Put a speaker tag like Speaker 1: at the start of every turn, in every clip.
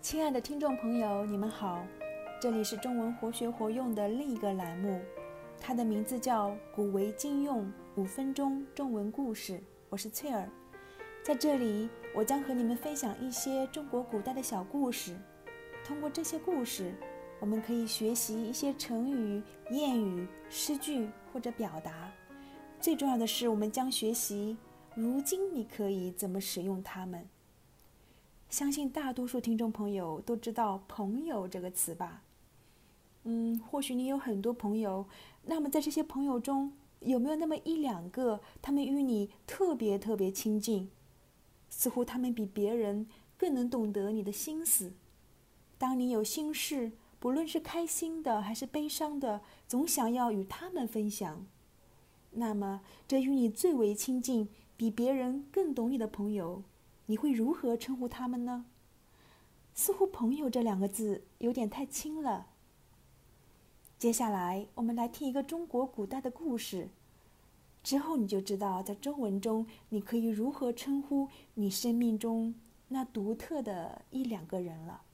Speaker 1: 亲爱的听众朋友，你们好，这里是中文活学活用的另一个栏目，它的名字叫古为今用5分钟中文故事，我是翠儿。在这里，我将和你们分享一些中国古代的小故事，通过这些故事，我们可以学习一些成语、谚语、诗句或者表达。最重要的是，我们将学习如今你可以怎么使用它们。相信大多数听众朋友都知道朋友这个词吧。或许你有很多朋友，那么在这些朋友中，有没有那么1、2个，他们与你特别亲近，似乎他们比别人更能懂得你的心思。当你有心事，不论是开心的还是悲伤的，总想要与他们分享。那么这与你最为亲近，比别人更懂你的朋友，你会如何称呼他们呢？似乎朋友这2个字有点太轻了。接下来我们来听一个中国古代的故事，之后你就知道在中文中你可以如何称呼你生命中那独特的1、2个人了。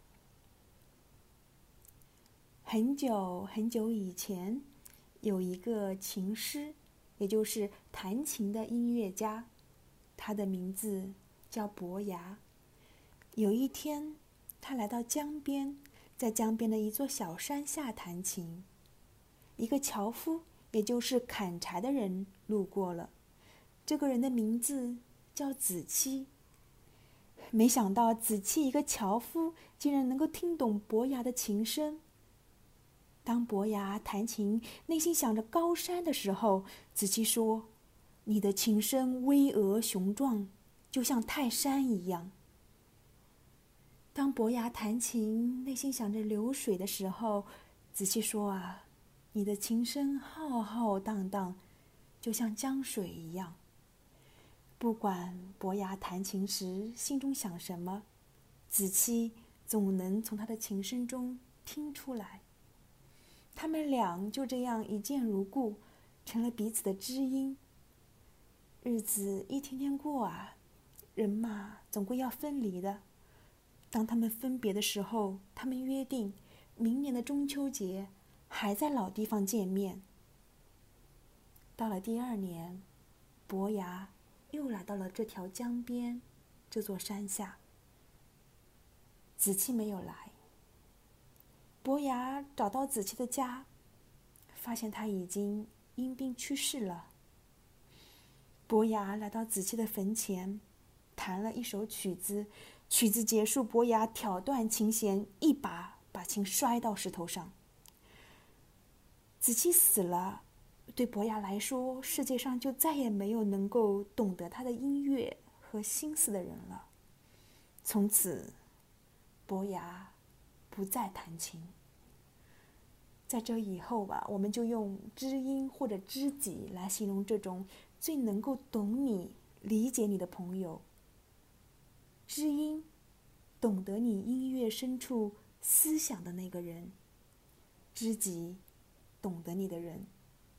Speaker 1: 很久以前，有一个琴师，也就是弹琴的音乐家，他的名字叫伯牙。有一天，他来到江边，在江边的一座小山下弹琴。一个樵夫，也就是砍柴的人路过了，这个人的名字叫子期。没想到子期一个樵夫竟然能够听懂伯牙的琴声。当伯牙弹琴，内心想着高山的时候，子期说：“你的琴声巍峨雄壮，就像泰山一样。”当伯牙弹琴，内心想着流水的时候，子期说：“你的琴声浩浩荡荡，就像江水一样。”不管伯牙弹琴时心中想什么，子期总能从他的琴声中听出来。他们俩就这样一见如故，成了彼此的知音。日子一天天过人嘛，总归要分离的。当他们分别的时候，他们约定明年的中秋节还在老地方见面。到了第2年，伯牙又来到了这条江边，这座山下。子期没有来。伯牙找到子期的家，发现他已经因病去世了。伯牙来到子期的坟前，弹了一首曲子。曲子结束，伯牙挑断琴弦，一把把琴摔到石头上。子期死了，对伯牙来说，世界上就再也没有能够懂得他的音乐和心思的人了。从此，伯牙不再弹琴。在这以后我们就用知音或者知己来形容这种最能够懂你、理解你的朋友。知音，懂得你音乐深处思想的那个人；知己，懂得你的人。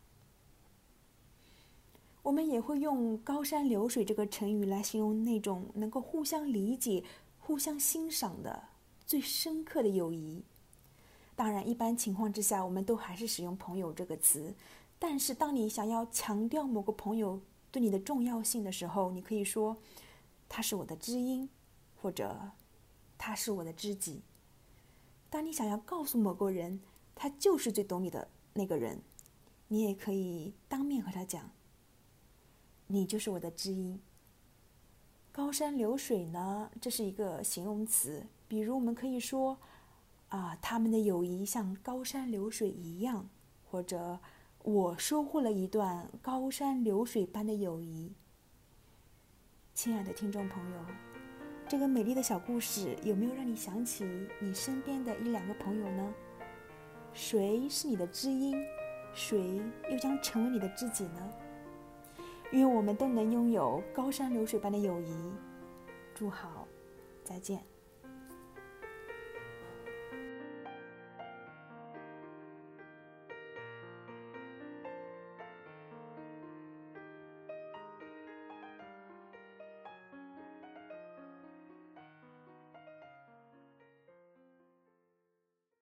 Speaker 1: 我们也会用高山流水这个成语来形容那种能够互相理解、互相欣赏的最深刻的友谊。当然，一般情况之下，我们都还是使用朋友这个词。但是当你想要强调某个朋友对你的重要性的时候，你可以说他是我的知音，或者他是我的知己。当你想要告诉某个人他就是最懂你的那个人，你也可以当面和他讲，你就是我的知音。高山流水呢，这是一个形容词。比如我们可以说他们的友谊像高山流水一样，或者我收获了一段高山流水般的友谊。亲爱的听众朋友，这个美丽的小故事有没有让你想起你身边的1、2个朋友呢？谁是你的知音？谁又将成为你的知己呢？愿我们都能拥有高山流水般的友谊。祝好，再见。